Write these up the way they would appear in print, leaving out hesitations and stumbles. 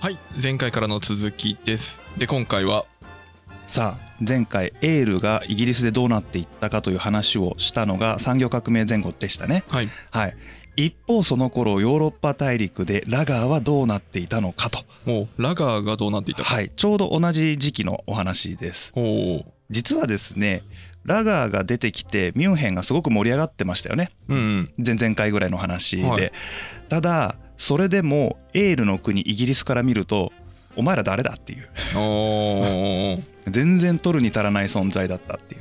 はい、前回からの続きです。で、今回はさあ前回エールがイギリスでどうなっていったかという話をしたのが産業革命前後でしたね。 はい、 一方その頃ヨーロッパ大陸でラガーはどうなっていたのかと。 ラガーがどうなっていたか。 ちょうど同じ時期のお話です。実はですね、ラガーが出てきてミュンヘンがすごく盛り上がってましたよね。前々回ぐらいの話で、ただそれでもエールの国イギリスから見るとお前ら誰だっていう全然取るに足らない存在だったっていう。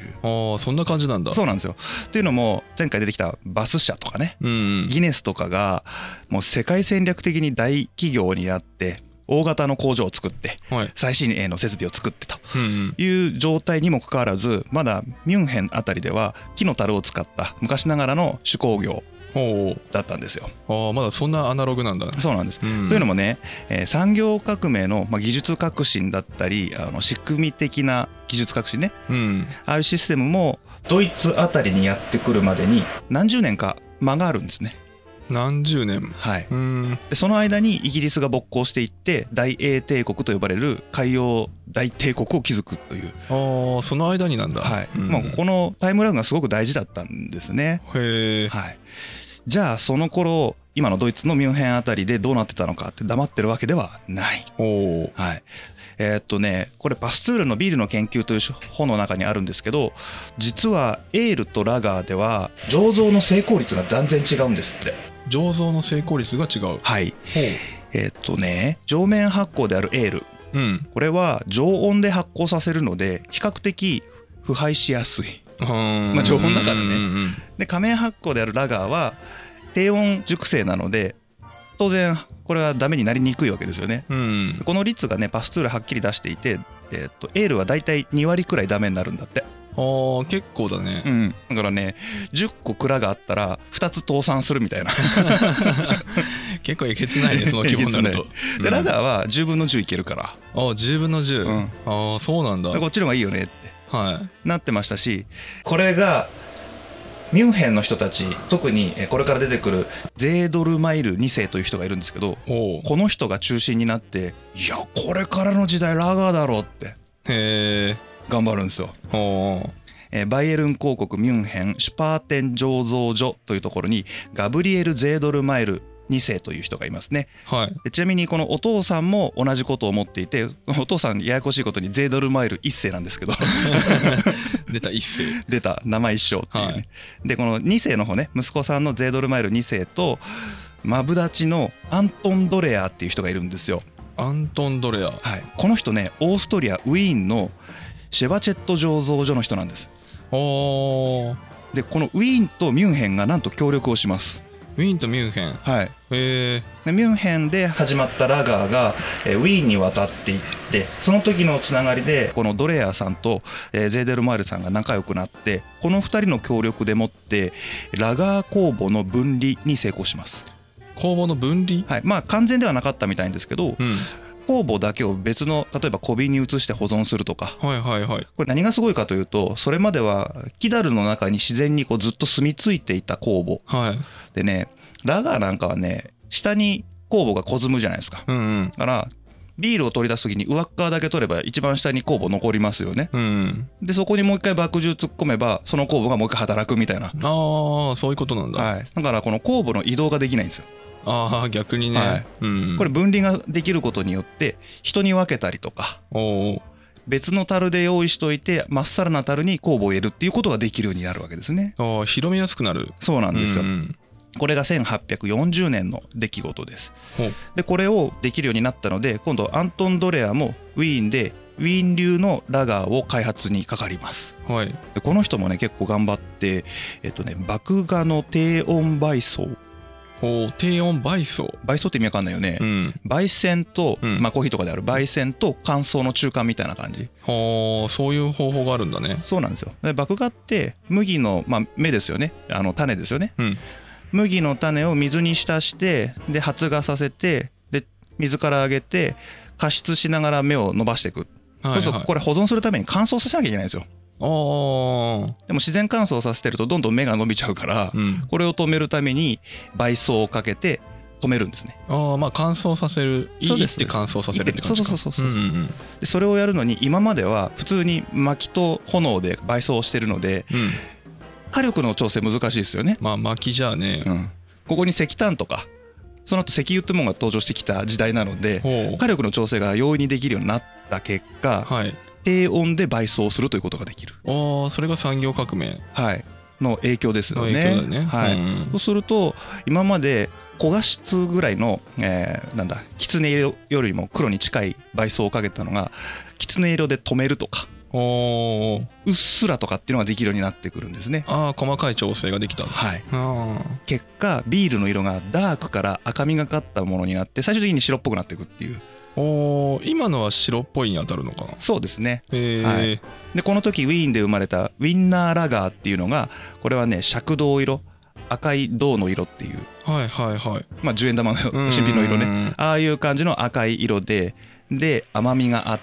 そんな感じなんだ。 そうなんですよ。っていうのも前回出てきたバス社とかね、ギネスとかがもう世界戦略的に大企業になって大型の工場を作って最新鋭の設備を作ってという状態にもかかわらず、まだミュンヘンあたりでは木の樽を使った昔ながらの手工業だったんですよ。 まだそんなアナログなんだね。 そうなんです。というのもね、産業革命の技術革新だったり仕組み的な技術革新ね、ああいうシステムもドイツあたりにやってくるまでに何十年か間があるんですね。 何十年。 でその間にイギリスが勃興していって大英帝国と呼ばれる海洋大帝国を築くという。 その間になんだ。 ここのタイムラグがすごく大事だったんですね。じゃあその頃今のドイツのミュンヘンあたりでどうなってたのかって黙ってるわけではない。これパスツールのビールの研究という本の中にあるんですけど、実はエールとラガーでは醸造の成功率が断然違うんですって。 醸造の成功率が違う。 上面発酵であるエール、これは常温で発酵させるので比較的腐敗しやすい。常温だからね。で下面発酵であるラガーは低温熟成なので当然これはダメになりにくいわけですよね。この率がねパスツールはっきり出していて、エールはだいたい2割くらいダメになるんだって。 結構だね。 だからね10個蔵があったら2つ倒産するみたいな結構えげつないね、その規模になると。 でラガーは10分の10いけるから。 10分の10。そうなんだ。 こっちの方がいいよねってなってましたし、これがミュンヘンの人たち、特にこれから出てくるゼードルマイル2世という人がいるんですけど、この人が中心になって、いやこれからの時代ラガーだろうって頑張るんですよ。バイエルン公国ミュンヘンシュパーテン醸造所というところにガブリエル・ゼードルマイル2世という人がいますね。でちなみにこのお父さんも同じことを思っていて、お父さんややこしいことにゼードルマイル1世なんですけど出た1世出た名前一緒っていうね。でこの2世の方ね、息子さんのゼードルマイル2世とマブダチのアントン・ドレアっていう人がいるんですよ。 アントン・ドレア。 この人ねオーストリアウィーンのシェバチェット醸造所の人なんです。でこのウィーンとミュンヘンがなんと協力をします。 ウィーンとミュンヘン。 でミュンヘンで始まったラガーがウィーンに渡っていって、その時のつながりでこのドレアさんとゼーデルマイルさんが仲良くなって、この2人の協力でもってラガー酵母の分離に成功します。 酵母の分離。 完全ではなかったみたいんですけど、酵母だけを別の例えば小瓶に移して保存するとか。これ何がすごいかというと、それまでは木樽の中に自然にずっと住み着いていた酵母、でねラガーなんかはね下に酵母が沈むじゃないですか。だからビールを取り出す時に上っ側だけ取れば一番下に酵母残りますよね。でそこにもう一回麦汁突っ込めばその酵母がもう一回働くみたいな。 そういうことなんだ。 だからこの酵母の移動ができないんですよ。 逆にね。 これ分離ができることによって人に分けたりとか別の樽で用意しといてまっさらな樽に酵母を入れるっていうことができるようになるわけですね。 広めやすくなる。 そうなんですよ。これが1840年の出来事です。でこれをできるようになったので、今度アントン・ドレアもウィーンでウィーン流のラガーを開発にかかります。でこの人もね結構頑張って麦芽の低温焙煎。 低温焙煎って意味わかんないよね。焙煎と、コーヒーとかである焙煎と乾燥の中間みたいな感じ。 そういう方法があるんだね。 そうなんですよ。で麦芽って麦の、芽ですよね。種ですよね。麦の種を水に浸してで発芽させてで水からあげて加湿しながら芽を伸ばしていく。そうするとこれ保存するために乾燥させなきゃいけないんですよ。でも自然乾燥させてるとどんどん芽が伸びちゃうから、これを止めるために焙煎をかけて止めるんですね。 ああ、まあ乾燥させる、いいって乾燥させるって感じか。 そうでそれをやるのに今までは普通に薪と炎で焙煎してるので、火力の調整難しいですよね。 まあ薪じゃあね、 ここに石炭とかその後石油ってものが登場してきた時代なので、火力の調整が容易にできるようになった結果、低温で焙煎するということができる。 ああ、それが産業革命の影響ですよね。そうすると今まで焦がしつぐらいの、きつね色よりも黒に近い焙煎をかけたのがきつね色で止めるとか、うっすらとかっていうのができるようになってくるんですね。 ああ、細かい調整ができた。 結果ビールの色がダークから赤みがかったものになって最終的に白っぽくなっていくっていう。 今のは白っぽいに当たるのかな。 そうですね。でこの時ウィーンで生まれたウィンナーラガーっていうのが、これはね赤銅色、赤い銅の色っていう、まあ10円玉の新品の色ね、ああいう感じの赤い色で甘みがあって、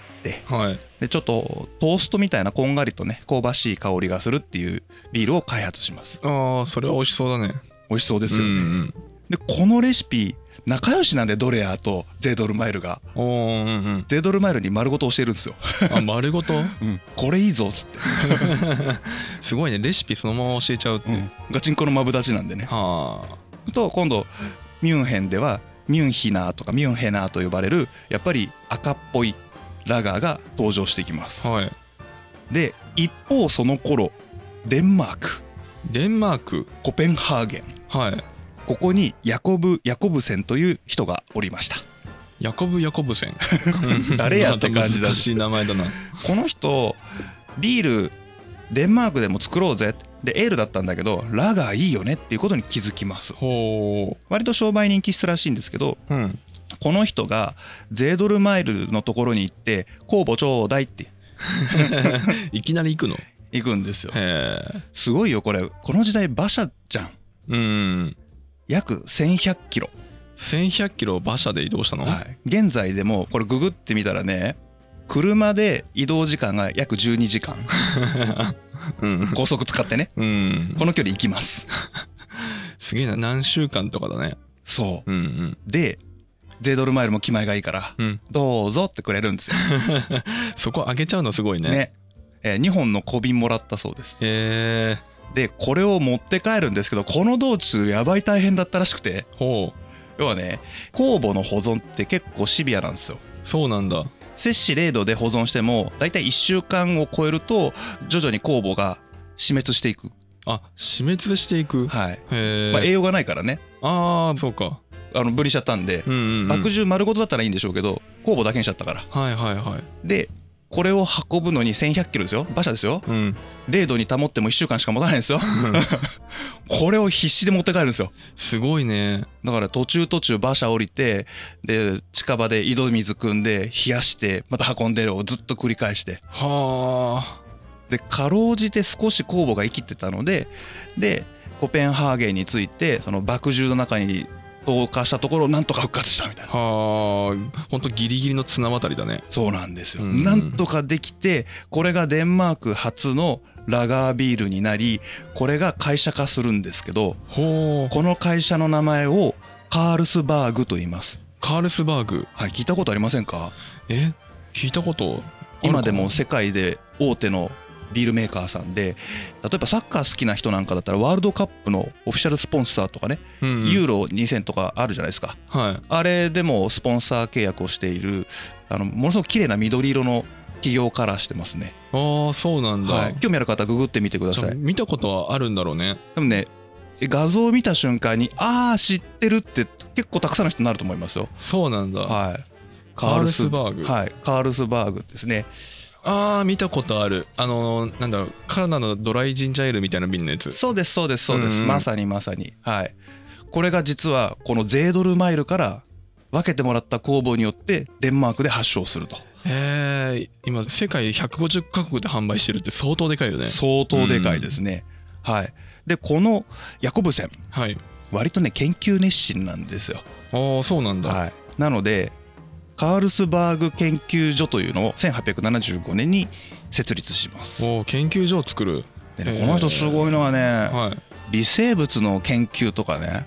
でちょっとトーストみたいなこんがりとね香ばしい香りがするっていうビールを開発します。 ああ、それは美味しそうだね。 美味しそうですよね。でこのレシピ仲良しなんでドレアとゼードルマイルが、ゼードルマイルに丸ごと教えるんですよ。 あ、丸ごとこれいいぞっつってすごいね、レシピそのまま教えちゃうって、 ガチンコのマブダチなんでね。と今度ミュンヘンではミュンヒナーとかミュンヘナーと呼ばれるやっぱり赤っぽいラガーが登場してきます。で一方その頃デンマークコペンハーゲン、ここにヤコブセンという人がおりました。 ヤコブセン誰やって感じだ。 難しい名前だな。 この人ビールデンマークでも作ろうぜでエールだったんだけどラガーいいよねっていうことに気づきます。割と商売人気質らしいんですけど、この人がゼードルマイルのところに行って酵母ちょうだいっていきなり行くんですよ。すごいよこれ。この時代馬車じゃん。約1100キロ。 1100キロ馬車で移動したの？ 現在でもこれググってみたらね、車で移動時間が約12時間高速使ってね、この距離行きますすげえな。何週間とかだね。 そう、でゼードルマイルも気前がいいから、どうぞってくれるんですよそこ上げちゃうのすごいね。 2本の小瓶もらったそうです。でこれを持って帰るんですけど、この道中やばい大変だったらしくて、要はね酵母の保存って結構シビアなんですよ。 そうなんだ。 摂氏0度で保存してもだいたい1週間を超えると徐々に酵母が死滅していく。 死滅していく。 栄養がないからね。 そうか。 分離しちゃったんで、麦汁丸ごとだったらいいんでしょうけど酵母だけにしちゃったから。でこれを運ぶのに1100キロですよ。馬車ですよ。0度に保っても1週間しか持たないんですよこれを必死で持って帰るんですよ。 すごいね。 だから途中馬車降りて、で近場で井戸水汲んで冷やしてまた運んでをずっと繰り返して、でかろうじて少し酵母が生きてたので、コペンハーゲンについてその麦汁の中に投下したところなんとか復活したみたいな。ほんとギリギリの綱渡りだね。 そうなんですよ。なんとかできて、これがデンマーク初のラガービールになり、これが会社化するんですけど、この会社の名前をカールスバーグと言います。 カールスバーグ。 聞いたことありませんか？ 聞いたこと今でも世界で大手のビールメーカーさんで、例えばサッカー好きな人なんかだったらワールドカップのオフィシャルスポンサーとかね、ユーロ2000とかあるじゃないですか。あれでもスポンサー契約をしているものすごく綺麗な緑色の企業からしてますね。 そうなんだ。 興味ある方ググってみてください。 見たことはあるんだろうね。 でもね画像を見た瞬間に知ってるって結構たくさんの人になると思いますよ。 そうなんだ。カールスバーグ。 カールスバーグですね。 見たことある。なんだろう、カナダのドライジンジャーエールみたいな瓶のやつ。 そうですまさにこれが実はこのゼードルマイルから分けてもらった工房によってデンマークで発祥すると。 今世界150カ国で販売してるって相当でかいよね。 相当でかいですね。でこのヤコブセン、割とね研究熱心なんですよ。 そうなんだ。 なのでカールスバーグ研究所というのを1875年に設立します。 研究所を作る。 でね、この人すごいのはね、微生物の研究とかね、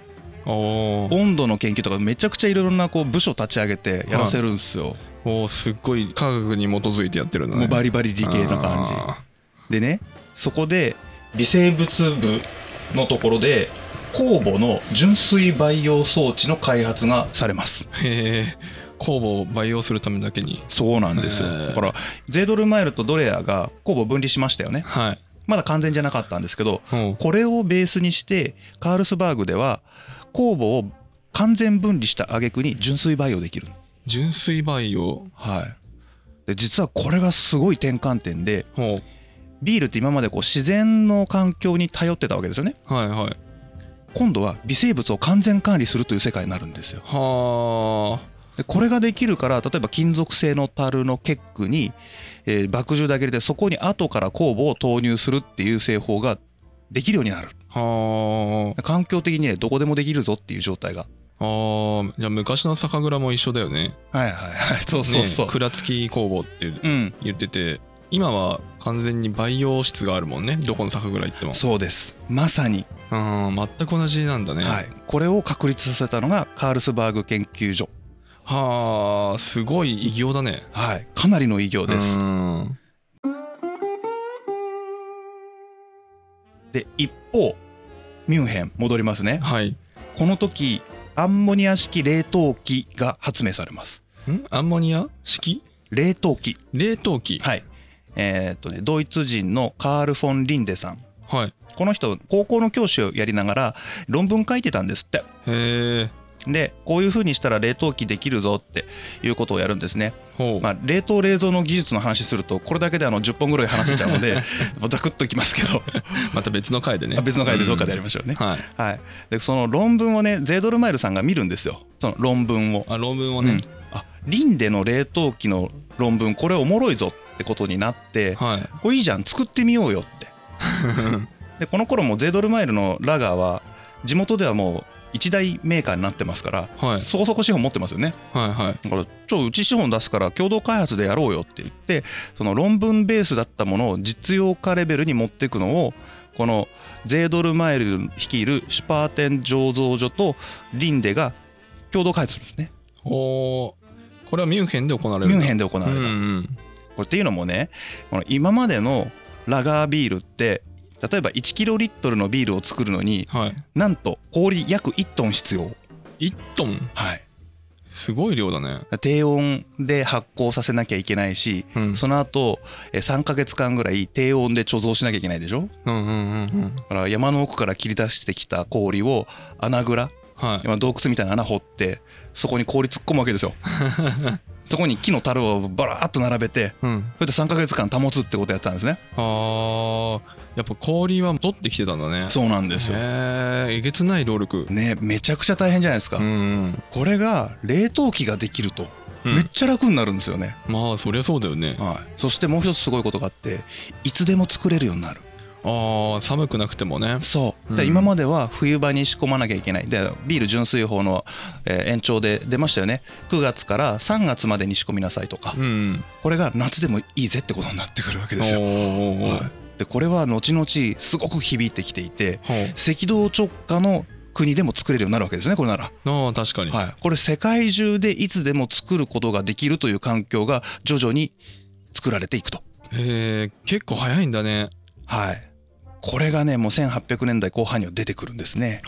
温度の研究とかめちゃくちゃいろんなこう部署立ち上げてやらせるんですよ。 すっごい科学に基づいてやってるんだね。 もうバリバリ理系な感じでね、そこで微生物部のところで酵母の純水培養装置の開発がされます。 へえ、酵母を培養するためだけに。 そうなんですよ。だからゼードルマイルとドレアが酵母を分離しましたよね。 はい。 まだ完全じゃなかったんですけど、これをベースにしてカールスバーグでは酵母を完全分離した挙句に純水培養できる。 純水培養。 はい。で実はこれがすごい転換点で、ビールって今までこう自然の環境に頼ってたわけですよね。 はいはい。 今度は微生物を完全管理するという世界になるんですよ。 はあ。 でこれができるから、例えば金属製の樽のケックに、麦汁だけ入れてそこに後から酵母を投入するっていう製法ができるようになる。 はあ。 環境的にねどこでもできるぞっていう状態が。 じゃあ昔の酒蔵も一緒だよね。 はいはいはい、そうそうそう。 蔵付き酵母って言ってて、今は完全に培養室があるもんね、どこの酒蔵行っても。 そうです、まさに。 全く同じなんだね。 はい、これを確立させたのがカールスバーグ研究所。 はあ、すごい偉業だね。 はい、かなりの偉業です。で一方ミュンヘン戻りますね。 はい。 この時アンモニア式冷凍機が発明されます。 アンモニア式冷凍機。 冷凍機。 はい。ドイツ人のカール・フォン・リンデさん。 はい。 この人高校の教師をやりながら論文書いてたんですって。 へえ。 でこういう風にしたら冷凍機できるぞっていうことをやるんですね。冷凍冷蔵の技術の話するとこれだけで10本ぐらい話せちゃうのでざくっといきますけどまた別の回でね。 別の回でどっかでやりましょうね。 はい、 はい。でその論文をねゼードルマイルさんが見るんですよ。その論文を。 論文をね。 リンデの冷凍機の論文これおもろいぞってことになって、これいいじゃん作ってみようよってでこの頃もゼードルマイルのラガーは地元ではもう一大メーカーになってますから、そこそこ資本持ってますよね。だからうち資本出すから共同開発でやろうよって言って、その論文ベースだったものを実用化レベルに持っていくのをこのゼードルマイル率いるシュパーテン醸造所とリンデが共同開発するんですね。 これはミュンヘンで行われる。 ミュンヘンで行われた。これっていうのもね、この今までのラガービールって例えば1キロリットルのビールを作るのに、なんと氷約1トン必要。 1トン？はい。すごい量だね。 低温で発酵させなきゃいけないし、その後3ヶ月間ぐらい低温で貯蔵しなきゃいけないでしょ。だから山の奥から切り出してきた氷を穴蔵、洞窟みたいな穴掘ってそこに氷突っ込むわけですよ。そこに木の樽をバラーっと並べて、それで3ヶ月間保つってことやったんですね。 やっぱ氷は取ってきてたんだね。 そうなんですよ。 えげつない労力ね。めちゃくちゃ大変じゃないですか。これが冷凍機ができるとめっちゃ楽になるんですよね。 まあそりゃそうだよね。 そしてもう一つすごいことがあって、いつでも作れるようになる。 寒くなくてもね。 そうで、今までは冬場に仕込まなきゃいけないで、ビール純粋法の延長で出ましたよね。9月から3月までに仕込みなさいとか、これが夏でもいいぜってことになってくるわけですよ。でこれは後々すごく響いてきていて、赤道直下の国でも作れるようになるわけですね、これなら。 確かに。 これ世界中でいつでも作ることができるという環境が徐々に作られていくと。 結構早いんだね。 はい。これがねもう1800年代後半には出てくるんですね。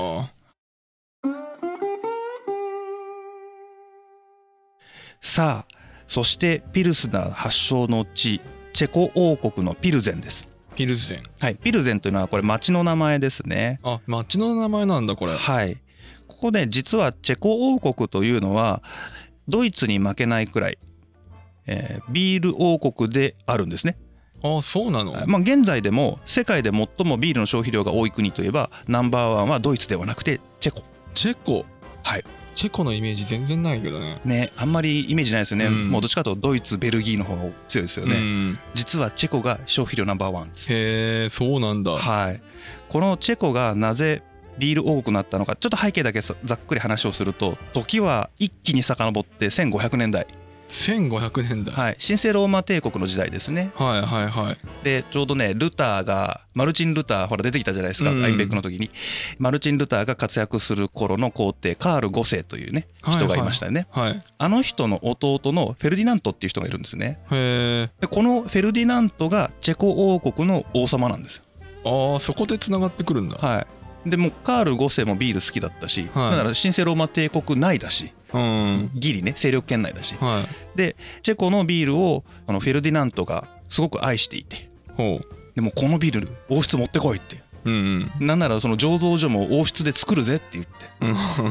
さあそしてピルスナー発祥の地チェコ王国のピルゼンです。 ピルゼン。 はい。ピルゼンというのはこれ町の名前ですね。 町の名前なんだこれ。 はい。ここで実はチェコ王国というのはドイツに負けないくらい、ビール王国であるんですね。 そうなの。 現在でも世界で最もビールの消費量が多い国といえばナンバーワンはドイツではなくてチェコ。 チェコ。 はい。 チェコのイメージ全然ないけどね。 ね、あんまりイメージないですよね。もうどっちかというとドイツベルギーの方が強いですよね。実はチェコが消費量ナンバーワンです。 へえ、そうなんだ。 はい。このチェコがなぜビール王国になったのか、ちょっと背景だけざっくり話をすると、時は一気に遡って1500年代。 1500年代。 はい、神聖ローマ帝国の時代ですね。 はいはいはい。 でちょうどねルターがマルチン・ルターほら出てきたじゃないですか、アインベックの時にマルチン・ルターが活躍する頃の皇帝カール5世というね人がいましたよね、 はいはい、 あの人の弟のフェルディナントっていう人がいるんですね。 へでこのフェルディナントがチェコ王国の王様なんですよ。 ああ、そこでつながってくるんだ。 はい。でもカール5世もビール好きだったし、 はい、 だから神聖ローマ帝国内だし、 うん、 ギリね勢力圏内だし、 はい、 でチェコのビールをフェルディナントがすごく愛していて、 ほう、でもこのビール王室持ってこいって、 うんうん、 なんならその醸造所も王室で作るぜって言って、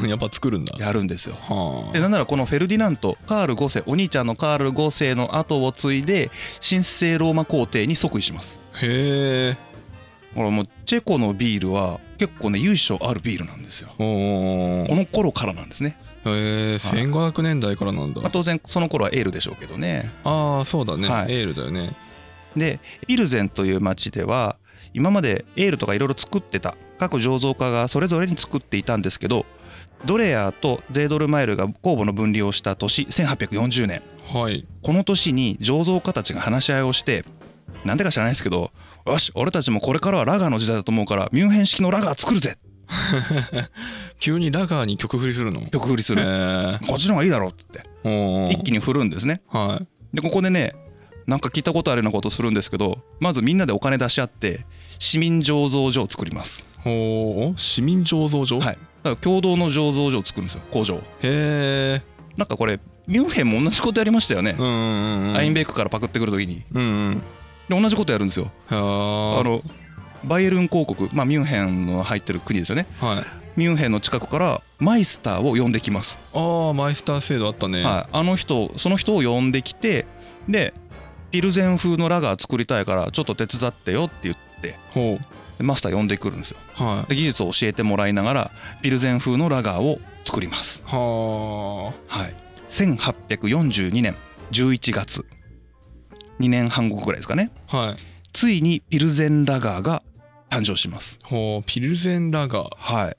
うん、やっぱ作るんだ、 やるんですよ。 はあ、 でなんならこのフェルディナントカール5世お兄ちゃんのカール5世の後を継いで神聖ローマ皇帝に即位します。 へえ。 ほらもうチェコのビールは結構ね由緒あるビールなんですよ。この頃からなんですね。 へえ、1500年代からなんだ。 当然その頃はエールでしょうけどね。 ああそうだね、 はい、 エールだよね。 でピルゼンという町では今までエールとかいろいろ作ってた各醸造家がそれぞれに作っていたんですけど、ドレアとゼードルマイルが酵母の分離をした年1840年、 はい、 この年に醸造家たちが話し合いをして、なんでか知らないですけど、よし俺たちもこれからはラガーの時代だと思うからミュンヘン式のラガー作るぜ急にラガーに曲振りするの？ 曲振りする、こっちの方がいいだろうって一気に振るんですね。 はい、 でここでねなんか聞いたことあるようなことするんですけど、まずみんなでお金出し合って市民醸造所を作ります。 ほう、市民醸造所？ はい、だから共同の醸造所を作るんですよ、工場。 へえ。 なんかこれミュンヘンも同じことやりましたよね、アインベックからパクってくるときに、で同じことやるんですよ。バイエルン公国、ミュンヘンの入ってる国ですよね、はい、ミュンヘンの近くからマイスターを呼んできます。 ああ、マイスター制度あったね、 はい、その人を呼んできて、でピルゼン風のラガー作りたいからちょっと手伝ってよって言って、ほう、マスター呼んでくるんですよ、はい、で技術を教えてもらいながらピルゼン風のラガーを作ります。はあ、はい、1842年11月、2年半後くらいですかね、はい、ついにピルゼンラガーが誕生します。 ほう、ピルゼンラガー、はい、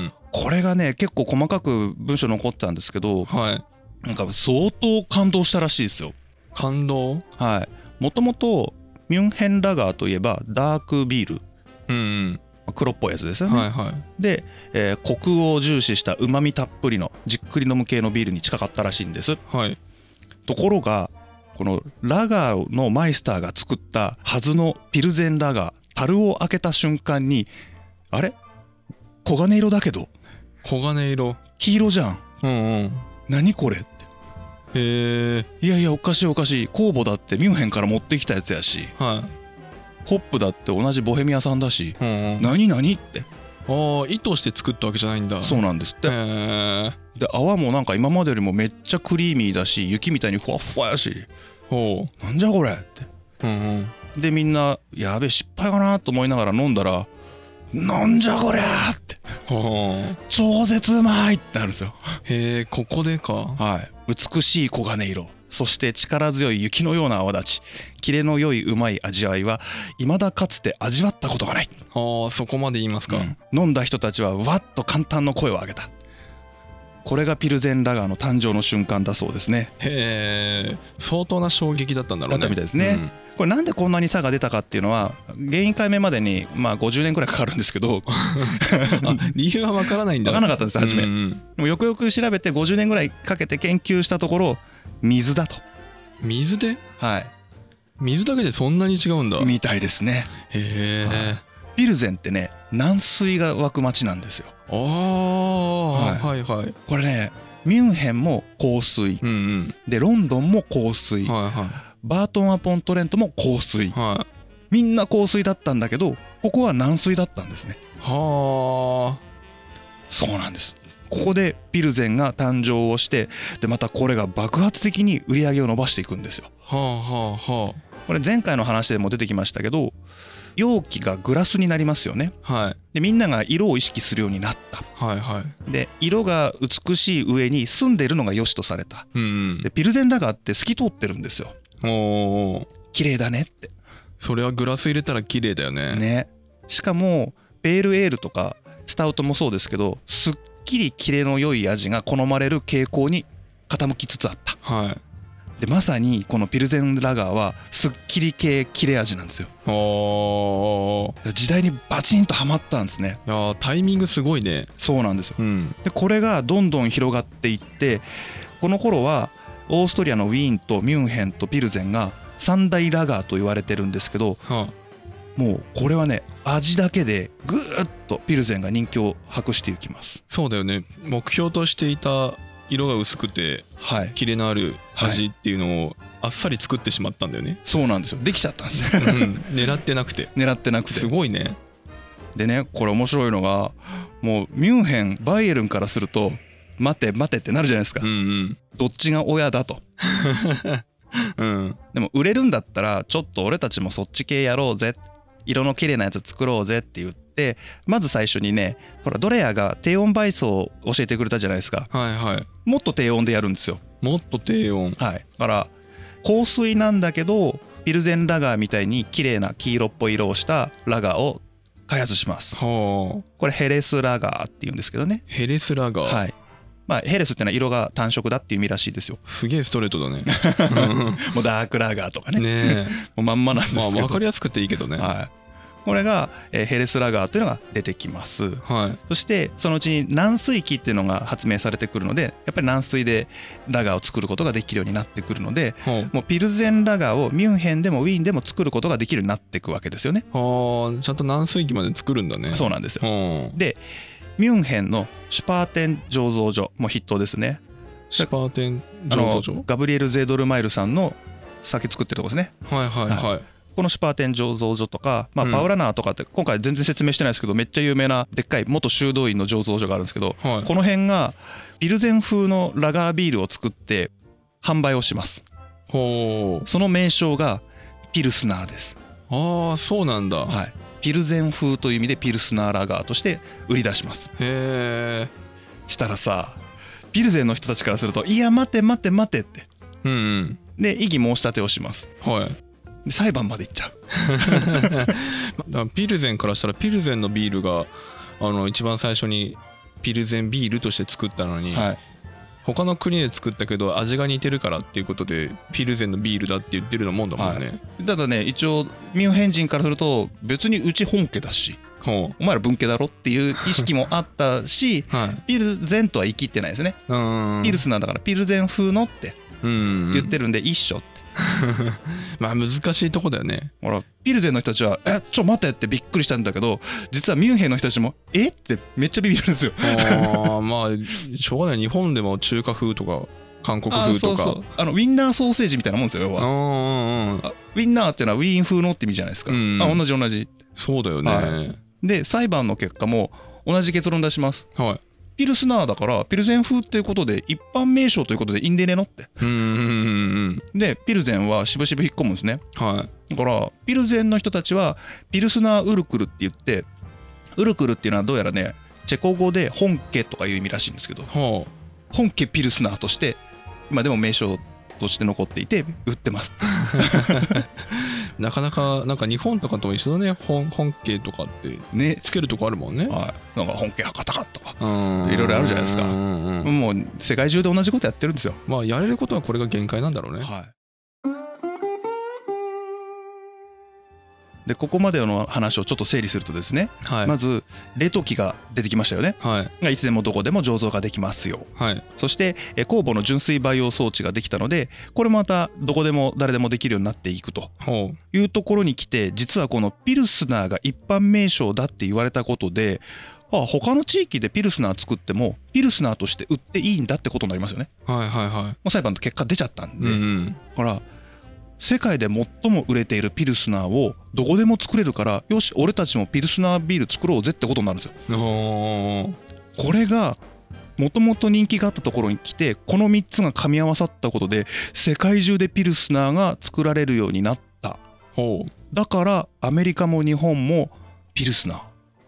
これがね結構細かく文章残ってたんですけど、はい、なんか相当感動したらしいですよ。 感動？ はい。もともとミュンヘンラガーといえばダークビール、黒っぽいやつですよね、はいはい、で、コクを重視したうまみたっぷりのじっくり飲む系のビールに近かったらしいんです、はい、ところがこのラガーのマイスターが作ったはずのピルゼンラガー、樽を開けた瞬間にあれ黄金色だけど、 黄金色、 黄色じゃん、何これって、へえ、いやいやおかしいおかしい、酵母だってミュンヘンから持ってきたやつやし、はい、ホップだって同じボヘミア産だし、何って、 ああ、意図して作ったわけじゃないんだ。 そうなんですって。で泡もなんか今までよりもめっちゃクリーミーだし、雪みたいにふわふわやし、なんじゃこれって、でみんなやべえ失敗かなと思いながら飲んだら、なんじゃこりゃって、超絶うまいってなるんですよ。 へえ、ここでか。 はい、美しい黄金色、そして力強い雪のような泡立ち、キレの良いうまい味わいは未だかつて味わったことがない。 ああ、そこまで言いますか、 飲んだ人たちはわっと簡単の声を上げた。これがピルゼンラガーの誕生の瞬間だそうですね。 へえ、相当な衝撃だったんだろうね。 だったみたいですね、これなんでこんなに差が出たかっていうのは原因解明までに50年くらいかかるんですけど理由は分からないんだ。 分からなかったんです初め、でもよくよく調べて50年くらいかけて研究したところ、水だと。 水で？ はい、 水だけでそんなに違うんだみたいですね。へえ、ピルゼンってね軟水が湧く町なんですよ。ああ、はいはい。これねミュンヘンも硬水、でロンドンも硬水、バートンアポントレントも硬水、みんな硬水だったんだけどここは軟水だったんですね。はあ、そうなんです。ここでピルゼンが誕生をして、でまたこれが爆発的に売り上げを伸ばしていくんですよ。はあはあはあ。これ前回の話でも出てきましたけど、容器がグラスになりますよね、はい、でみんなが色を意識するようになった、はいはい、で色が美しい上に澄んでいるのが良しとされた、でピルゼンラガーって透き通ってるんですよ。お、綺麗だねって。 それはグラス入れたら綺麗だよね。 ね、しかもペールエールとかスタウトもそうですけど、すっきりキレの良い味が好まれる傾向に傾きつつあった、はい、 でまさにこのピルゼンラガーはすっきり系切れ味なんですよ。時代にバチンとはまったんですね。 いやタイミングすごいね。 そうなんですよ、でこれがどんどん広がっていって、この頃はオーストリアのウィーンとミュンヘンとピルゼンが三大ラガーと言われてるんですけど、もうこれはね味だけでぐーっとピルゼンが人気を博していきます。 そうだよね。目標としていた色が薄くてキレのある味っていうのをあっさり作ってしまったんだよね。 そうなんですよ。できちゃったんですよ、 狙ってなくてすごいね。 でねこれ面白いのがもうミュンヘンバイエルンからすると待て待てってなるじゃないですか、どっちが親だとでも売れるんだったらちょっと俺たちもそっち系やろうぜ、色の綺麗なやつ作ろうぜって言って、まず最初にねほらドレアが低温倍層を教えてくれたじゃないですか。もっと低温でやるんですよ。もっと低温。だから香水なんだけどピルゼンラガーみたいに綺麗な黄色っぽい色をしたラガーを開発します。これヘレスラガーっていうんですけどね。ヘレスラガー。ヘレスってのは色が単色だっていう意味らしいですよ。すげえストレートだね。もうダークラガーとかね。もうまんまなんですけど。分かりやすくていいけどね。これがヘレスラガーというのが出てきます。そしてそのうちに軟水機っていうのが発明されてくるので、やっぱり軟水でラガーを作ることができるようになってくるので、もうピルゼンラガーをミュンヘンでもウィーンでも作ることができるようになっていくわけですよね。ちゃんと軟水機まで作るんだね。そうなんですよ。でミュンヘンのシュパーテン醸造所も筆頭ですね。シュパーテン醸造所、ガブリエル・ゼードルマイルさんの酒作ってるとこですね。このシュパーテン醸造所とか、パウラナーとかって今回全然説明してないですけど、めっちゃ有名なでっかい元修道院の醸造所があるんですけど、この辺がピルゼン風のラガービールを作って販売をします。その名称がピルスナーです。そうなんだ。ピルゼン風という意味でピルスナーラガーとして売り出します。したらさ、ピルゼンの人たちからすると、いや待て待て待てって、で異議申し立てをします。で裁判まで行っちゃう。ピルゼンからしたらピルゼンのビールが一番最初にピルゼンビールとして作ったのに、他の国で作ったけど味が似てるからっていうことでピルゼンのビールだって言ってるようなもんだもんね。ただね一応ミュンヘン人からすると別にうち本家だし、お前ら文家だろっていう意識もあったし、ピルゼンとは言い切ってないですね。ピルスなんだからピルゼン風のって言ってるんで一緒って。まあ難しいとこだよね。ほらピルゼンの人たちは待てってびっくりしたんだけど、実はミュンヘンの人たちもってめっちゃビビるんですよ。まあしょうがない。日本でも中華風とか韓国風とか、ウインナーソーセージみたいなもんですよ。要はウインナーっていうのはウィーン風のって意味じゃないですか。同じ同じ。そうだよね。で裁判の結果も同じ結論出します。ピルスナーだからピルゼン風っていうことで一般名称ということでいいんでねのって。でピルゼンは渋々引っ込むんですね。だからピルゼンの人たちはピルスナーウルクルって言って、ウルクルっていうのはどうやらねチェコ語で本家とかいう意味らしいんですけど、本家ピルスナーとして今でも名称として残っていて売ってます。なかなかなんか日本とかと一緒だね。本家とかってねつけるとこあるもんね。なんか本家博多とかいろいろあるじゃないですか。もう世界中で同じことやってるんですよ。まあやれることはこれが限界なんだろうね。でここまでの話をちょっと整理するとですね、まず冷凍機が出てきましたよね。いつでもどこでも醸造ができますよ。そして酵母の純水培養装置ができたので、これもまたどこでも誰でもできるようになっていくというところに来て、実はこのピルスナーが一般名称だって言われたことで、他の地域でピルスナー作ってもピルスナーとして売っていいんだってことになりますよね。もう裁判の結果出ちゃったんで、ほら世界で最も売れているピルスナーをどこでも作れるから、よし俺たちもピルスナービール作ろうぜってことになるんですよ。これがもともと人気があったところに来て、この3つが噛み合わさったことで世界中でピルスナーが作られるようになった。だからアメリカも日本もピルスナ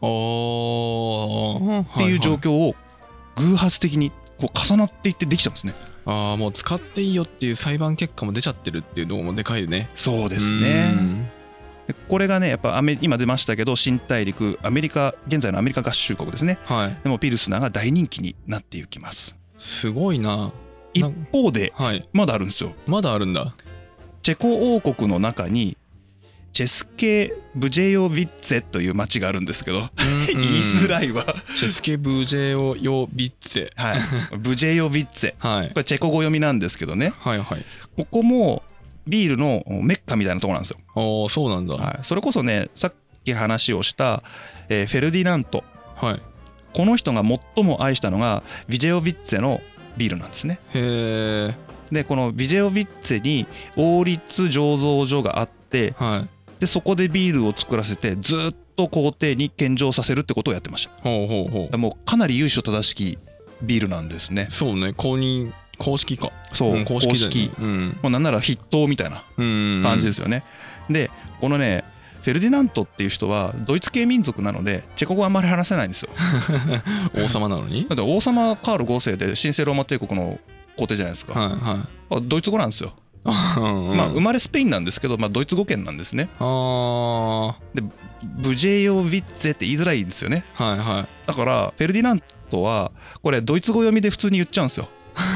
ーっていう状況を偶発的にこう重なっていってできちゃうんですね。もう使っていいよっていう裁判結果も出ちゃってるっていうのもでかいよね。そうですね。でこれがねやっぱ今出ましたけど、新大陸アメリカ、現在のアメリカ合衆国ですね。でもピルスナーが大人気になっていきます。すごいな。 一方でまだあるんですよ。 まだあるんだ。 チェコ王国の中にチェスケ・ブジェヨビッツェという町があるんですけど、言いづらいわ。 チェスケ・ブジェヨビッツェ、 はい、ブジェヨビッツェ、はい、これチェコ語読みなんですけどね、 はいはい、 ここもビールのメッカみたいなところなんですよ。 ああ、そうなんだ、 はい、それこそね、さっき話をした、フェルディナント、 はい、 この人が最も愛したのがビジェヨビッツェのビールなんですね。 へえ。 でこのビジェヨビッツェに王立醸造所があって、はい、でそこでビールを作らせてずっと皇帝に献上させるってことをやってました。 ほうほうほう。 もうかなり由緒正しきビールなんですね。 そうね、公式か。 そう、公式、うん、もうなんなら筆頭みたいな感じですよね。でこのねフェルディナントっていう人はドイツ系民族なのでチェコ語あんまり話せないんですよ。 王様なのに。 だって王様カール5世で神聖ローマ帝国の皇帝じゃないですか、はいはい、ドイツ語なんですよ。まあ生まれスペインなんですけど、まあ、ドイツ語圏なんですね。でブジェヨビッツェって言いづらいんですよね、はいはい、だからフェルディナントはこれドイツ語読みで普通に言っちゃうんですよ。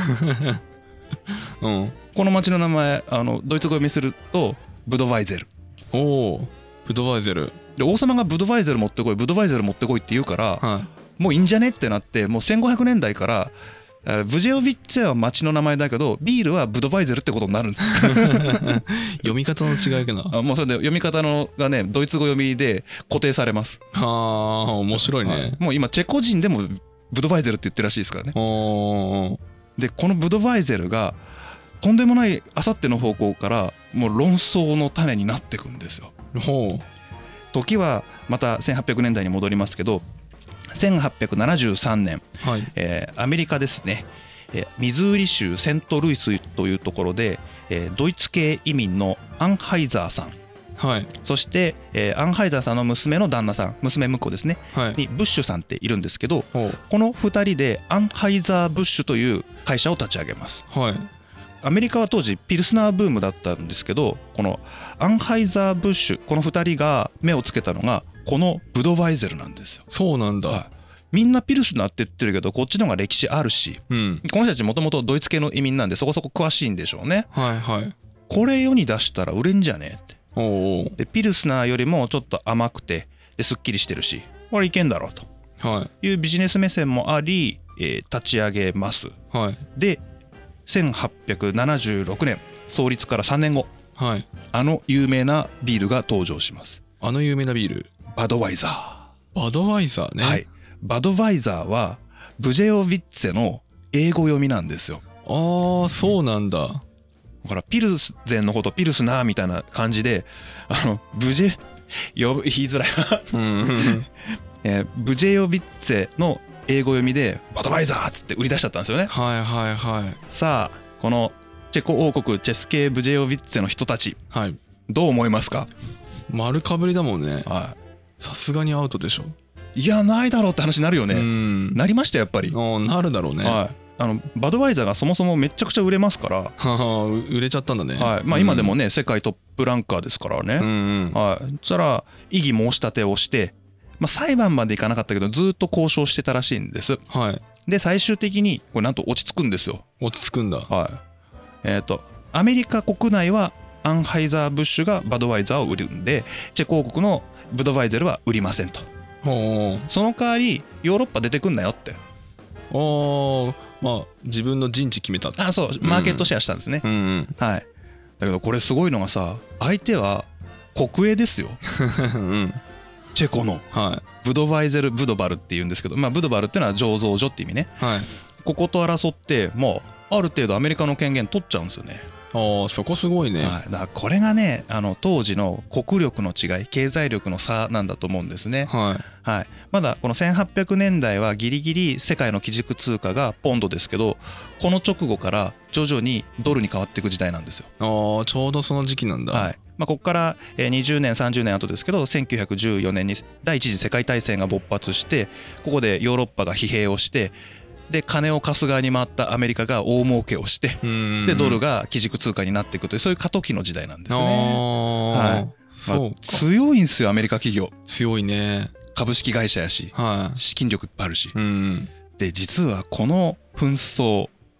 うん、この町の名前ドイツ語読みするとブドワイゼル。 おお、ブドワイゼルで王様がブドワイゼル持ってこいブドワイゼル持ってこいって言うから、はい、もういいんじゃねってなってもう1500年代からブジェオビッツェは町の名前だけどビールはブドバイゼルってことになるんです。 読み方の違いかな。 もうそれで読み方のがねドイツ語読みで固定されます。 はあ、面白いね、はい、 もう今チェコ人でもブドバイゼルって言ってるらしいですからね。でこのブドバイゼルがとんでもないあさっての方向からもう論争の種になっていくんですよ。ほう。時はまた1800年代に戻りますけど1873年、はい、アメリカですね、ミズーリ州セントルイスというところで、ドイツ系移民のアンハイザーさん、はい、そして、アンハイザーさんの娘の旦那さん娘婿ですね、はい、にブッシュさんっているんですけどこの2人でアンハイザーブッシュという会社を立ち上げます、はい、アメリカは当時ピルスナーブームだったんですけどこのアンハイザーブッシュこの2人が目をつけたのがこのブドワイゼルなんですよ。 そうなんだ、はい、 みんなピルスナーって言ってるけどこっちの方が歴史あるし、うん、この人たちもともとドイツ系の移民なんでそこそこ詳しいんでしょうね、はいはい、これ世に出したら売れんじゃねえって。おうでピルスナーよりもちょっと甘くてですっきりしてるしこれいけんだろうというビジネス目線もあり、立ち上げます、はい、で1876年創立から3年後、はい、有名なビールが登場します。 有名なビールバドワイザー。バドワイザーね、 はい、バドワイザーはブジェヨビッツェの英語読みなんですよ。 ああ、そうなんだ。だからピルゼンのことピルスナーみたいな感じでブジェ言いづらいブジェヨビッツェの英語読みでバドワイザーっつって売り出しちゃったんですよね。はいはいはい。さあこのチェコ王国チェス系ブジェヨビッツェの人たち、はい、どう思いますか。 丸かぶりだもんね。さすがにアウトでしょ。 いやないだろうって話になるよね。なりましたやっぱり。 なるだろうね、はい、 バドワイザーがそもそもめちゃくちゃ売れますから売れちゃったんだね、 はい、まあ、今でもね、世界トップランカーですからね、はい、そしたら異議申し立てをして、まあ、裁判までいかなかったけどずっと交渉してたらしいんです、はい、で最終的にこれなんと落ち着くんですよ。 落ち着くんだ。 はい、アメリカ国内はアンハイザー・ブッシュがバドワイザーを売るんでチェコ王国のブドワイゼルは売りませんと。その代わりヨーロッパ出てくんなよって。 まあ自分の陣地決めた。 そうマーケットシェアしたんですね、はい。だけどこれすごいのがさ相手は国営ですよ、チェコの、はい、ブドワイゼルブドバルっていうんですけど、まあ、ブドバルっていうのは醸造所って意味ね、はい、ここと争ってもうある程度アメリカの権限取っちゃうんですよね。 そこすごいね、 はい、だからこれがね当時の国力の違い経済力の差なんだと思うんですね、はいはい、まだこの1800年代はギリギリ世界の基軸通貨がポンドですけどこの直後から徐々にドルに変わっていく時代なんですよ。 ちょうどその時期なんだ、 はい。まあ、ここから20年30年後ですけど1914年に第一次世界大戦が勃発してここでヨーロッパが疲弊をしてで金を貸す側に回ったアメリカが大儲けをしてでドルが基軸通貨になっていくというそういう過渡期の時代なんですね。はい。そうか、強いんですよアメリカ企業。 強いね。 株式会社やし、はい、資金力いっぱいあるし、で実はこの紛争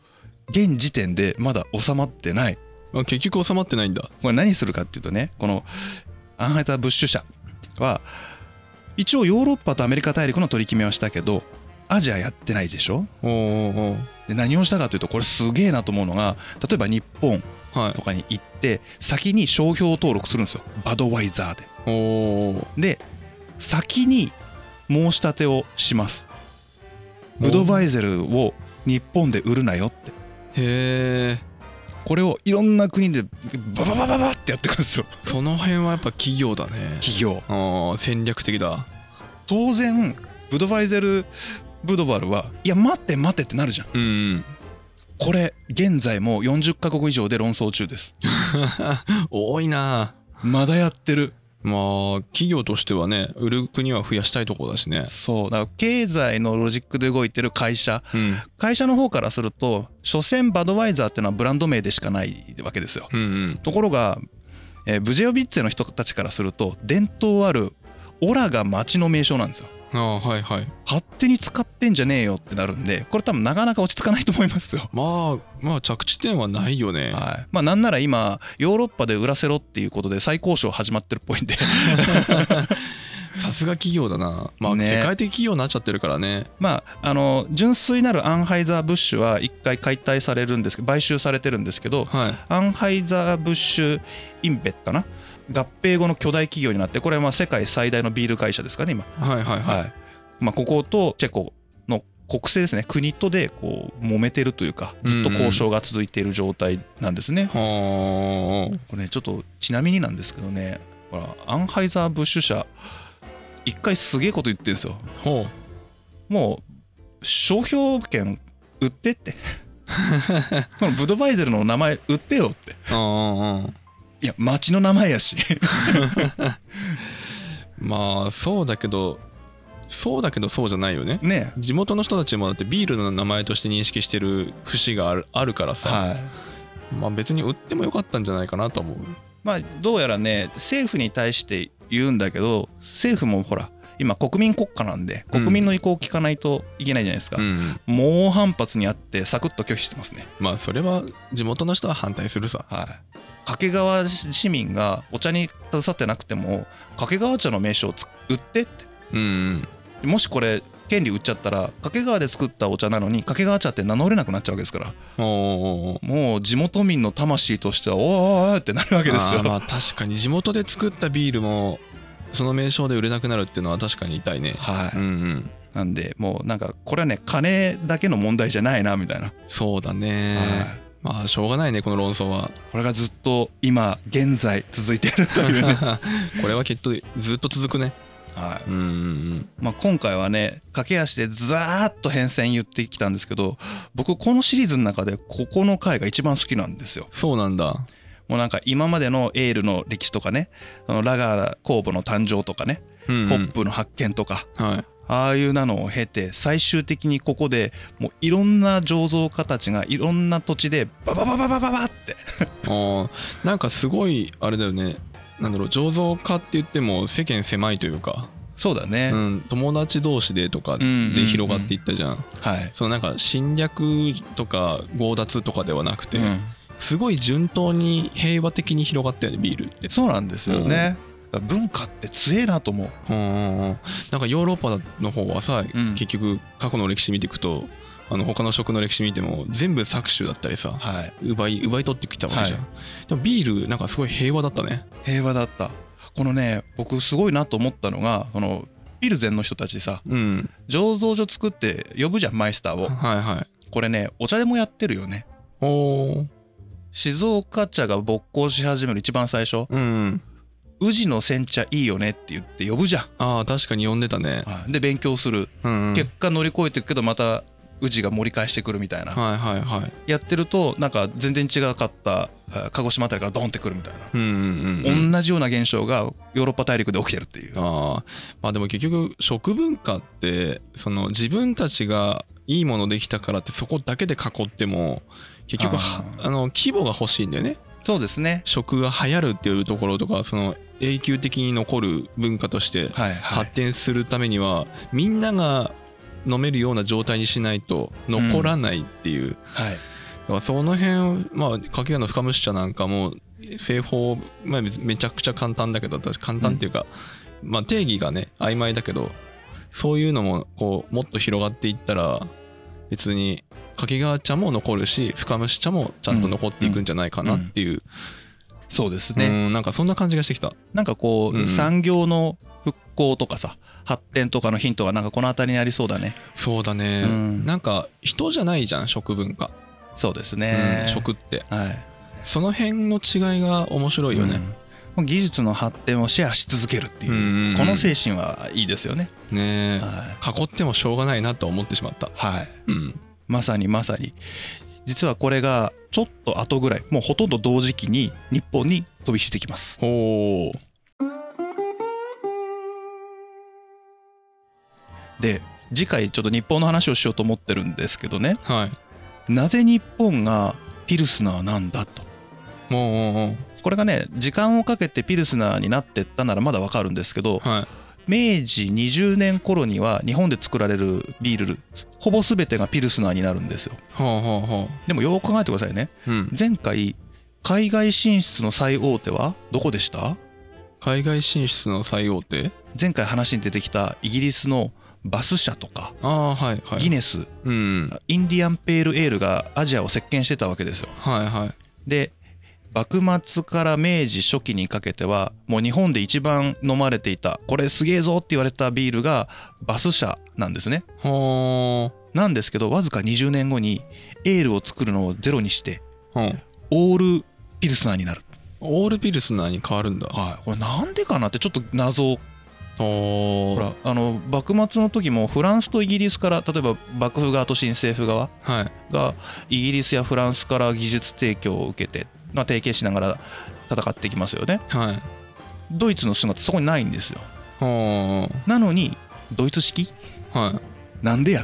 現時点でまだ収まってない。 結局収まってないんだ。 これ何するかっていうとね、このアンハイザー・ブッシュ社は一応ヨーロッパとアメリカ大陸の取り決めはしたけどアジアやってないでしょ。で何をしたかというと、これすげえなと思うのが、例えば日本とかに行って先に商標登録するんですよ、バドワイザーで。で先に申し立てをします。ブドワイゼルを日本で売るなよって。 へえ。 これをいろんな国でバババババってやっていくんですよ。 その辺はやっぱ企業だね。 企業。 戦略的だ。 当然ブドワイゼルブドバルはいや待って待ってってなるじゃん。これ現在も40カ国以上で論争中です。 多いな。 まだやってる。 まあ企業としてはね、売る国は増やしたいところだしね。 そうだから経済のロジックで動いてる会社、会社の方からすると所詮バドワイザーっていうのはブランド名でしかないわけですよ。ところが、ブジェオビッツェの人たちからすると伝統あるオラが町の名称なんですよ。勝手に使ってんじゃねえよってなるんで、これ多分なかなか落ち着かないと思いますよ。 まあ着地点はないよね。 まあなんなら今ヨーロッパで売らせろっていうことで再交渉始まってるっぽいんで。 さすが企業だな。まあ世界的企業になっちゃってるからね。 まあ純粋なるアンハイザー・ブッシュは一回解体されるんですけど、買収されてるんですけど、アンハイザー・ブッシュ・インベットかな、合併後の巨大企業になって、これはまあ世界最大のビール会社ですかね今。まあこことチェコの国政ですね、国とでこう揉めてるというか、ずっと交渉が続いている状態なんですね。これねちょっとちなみになんですけどね、ほらアンハイザー・ブッシュ社一回すげえこと言ってるんですよ。もう商標権売ってってこのブドバイゼルの名前売ってよって。いや町の名前やし。まあそうだけどそうじゃないよね。地元の人たちもだってビールの名前として認識してる節があるからさ、まあ別に売ってもよかったんじゃないかなと思う。 まあどうやらね政府に対して言うんだけど、政府もほら今国民国家なんで国民の意向を聞かないといけないじゃないですか。猛反発にあってサクッと拒否してますね。 まあそれは地元の人は反対するさ。 掛川市民がお茶に携わってなくても掛川茶の名称を売ってって。もしこれ権利売っちゃったら掛川で作ったお茶なのに掛川茶って名乗れなくなっちゃうわけですから、もう地元民の魂としてはおーってなるわけですよ。 まあ確かに地元で作ったビールもその名称で売れなくなるっていうのは確かに痛いね。なんでもうなんかこれはね金だけの問題じゃないなみたいな。そうだね。まあしょうがないねこの論争は。 これがずっと今現在続いているというね。 これはきっとずっと続くね。 まあ今回はね駆け足でザーッと変遷言ってきたんですけど、僕このシリーズの中でここの回が一番好きなんですよ。 そうなんだ。 もうなんか今までのエールの歴史とかね、ラガー酵母の誕生とかね、ホップの発見とか、ああいうのを経て最終的にここでもういろんな醸造家たちがいろんな土地でバババババババってなんかすごいあれだよね。なんだろう、醸造家って言っても世間狭いというか。 そうだね、 友達同士でとかで広がっていったじゃん。そのなんか侵略とか強奪とかではなくて、すごい順当に平和的に広がったよねビールって。 そうなんですよね。文化って強えなと思う。 なんかヨーロッパの方はさ、結局過去の歴史見ていくと他の食の歴史見ても全部搾取だったりさ、奪い取ってきたわけじゃん。でもビールなんかすごい平和だったね。 平和だった。このね僕すごいなと思ったのが、このピルゼンの人たちさ、醸造所作って呼ぶじゃんマイスターを。これねお茶でもやってるよね。静岡茶が勃興し始める一番最初、宇治の煎茶いいよねって言って呼ぶじゃん。 確かに呼んでたね。 で勉強する、結果乗り越えていくけどまた宇治が盛り返してくるみたいな、やってるとなんか全然違かった鹿児島あたりからドンってくるみたいな、同じような現象がヨーロッパ大陸で起きてるっていう。 まあでも結局食文化ってその自分たちがいいものできたからってそこだけで囲っても結局規模が欲しいんだよね。 そうですね。 食が流行るっていうところとか、その永久的に残る文化として発展するためにはみんなが飲めるような状態にしないと残らないっていう、 からその辺、まあ掛川の深蒸し茶なんかも製法、まあ、めちゃくちゃ簡単だけど、私簡単っていうか、まあ定義がね曖昧だけど、そういうのもこうもっと広がっていったら別に掛川茶も残るし深蒸し茶もちゃんと残っていくんじゃないかなっていう、 そうですね、 なんかそんな感じがしてきた。 なんかこう、産業の復興とかさ発展とかのヒントがなんかこの辺りにありそうだね。 そうだね、なんか人じゃないじゃん食文化。 そうですね、 食って、 はい、 その辺の違いが面白いよね、 技術の発展をシェアし続けるっていう、この精神はいいですよね。 ねえ、囲ってもしょうがないなと思ってしまった。 はい、まさにまさに。実はこれがちょっと後ぐらい、もうほとんど同時期に日本に飛び火してきます。 おー。 で次回ちょっと日本の話をしようと思ってるんですけどね、 はい、 なぜ日本がピルスナーなんだと。 もうこれがね時間をかけてピルスナーになってったならまだわかるんですけど、 はい、 明治20年頃には日本で作られるビールほぼ全てがピルスナーになるんですよ。でもよく考えてくださいね、前回海外進出の最大手はどこでした？ 海外進出の最大手？ 前回話に出てきたイギリスのバス社とか、ギネス、インディアンペールエールがアジアを席巻してたわけですよ。で幕末から明治初期にかけてはもう日本で一番飲まれていた、これすげえぞって言われたビールがバス社なんですね。なんですけどわずか20年後にエールを作るのをゼロにしてオールピルスナーになる。 オールピルスナーに変わるんだ。 これなんでかなってちょっと謎。 ほら幕末の時もフランスとイギリスから、例えば幕府側と新政府側がイギリスやフランスから技術提供を受けて、提携しながら戦っていきますよね。ドイツの姿そこにないんですよ。なのにドイツ式、なんでや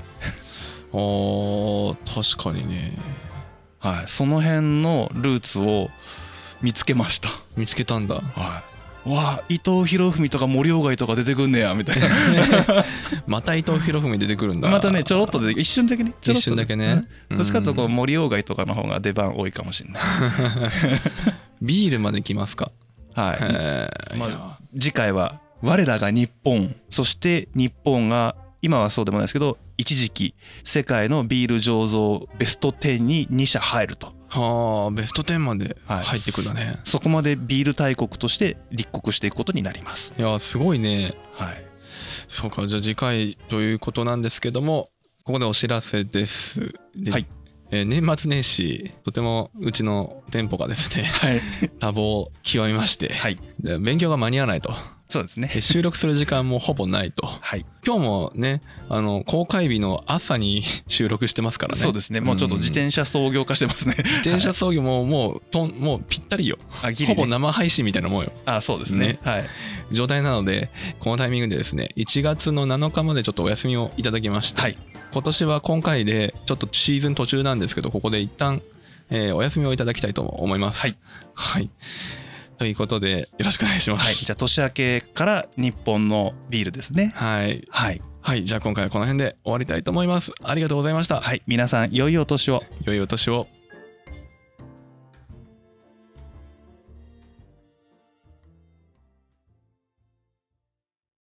確かにね。 その辺のルーツを見つけました。 見つけたんだ。 わあ、伊藤博文とか森鴎外とか出てくんねやみたいなまた伊藤博文出てくるんだ。 またねちょろっとで一瞬だけね、 一瞬だけね。 どっちかというと森鴎外とかの方が出番多いかもしれないビールまで来ますか。 次回は我らが日本、そして日本が今はそうでもないですけど一時期世界のビール醸造ベスト10に2社入ると。 ベスト10まで入ってくるんだね。 そこまでビール大国として立国していくことになります。 いやすごいね。そうか、じゃあ次回ということなんですけども、ここでお知らせです。年末年始とてもうちの店舗がですね、多忙極みまして、勉強が間に合わないと。 そうですね。 収録する時間もほぼないと。今日もね公開日の朝に収録してますからね。 そうですね。もうちょっと自転車操業化してますね。 自転車操業もうぴったりよ。ほぼ生配信みたいなもんよ。 そうですね。 状態なのでこのタイミングでですね1月の7日までちょっとお休みをいただきまして、今年は今回でちょっとシーズン途中なんですけど、ここで一旦お休みをいただきたいと思います。ということでよろしくお願いします。 じゃあ年明けから日本のビールですね。 じゃあ今回はこの辺で終わりたいと思います。ありがとうございました。 皆さん良いお年を。 良いお年を。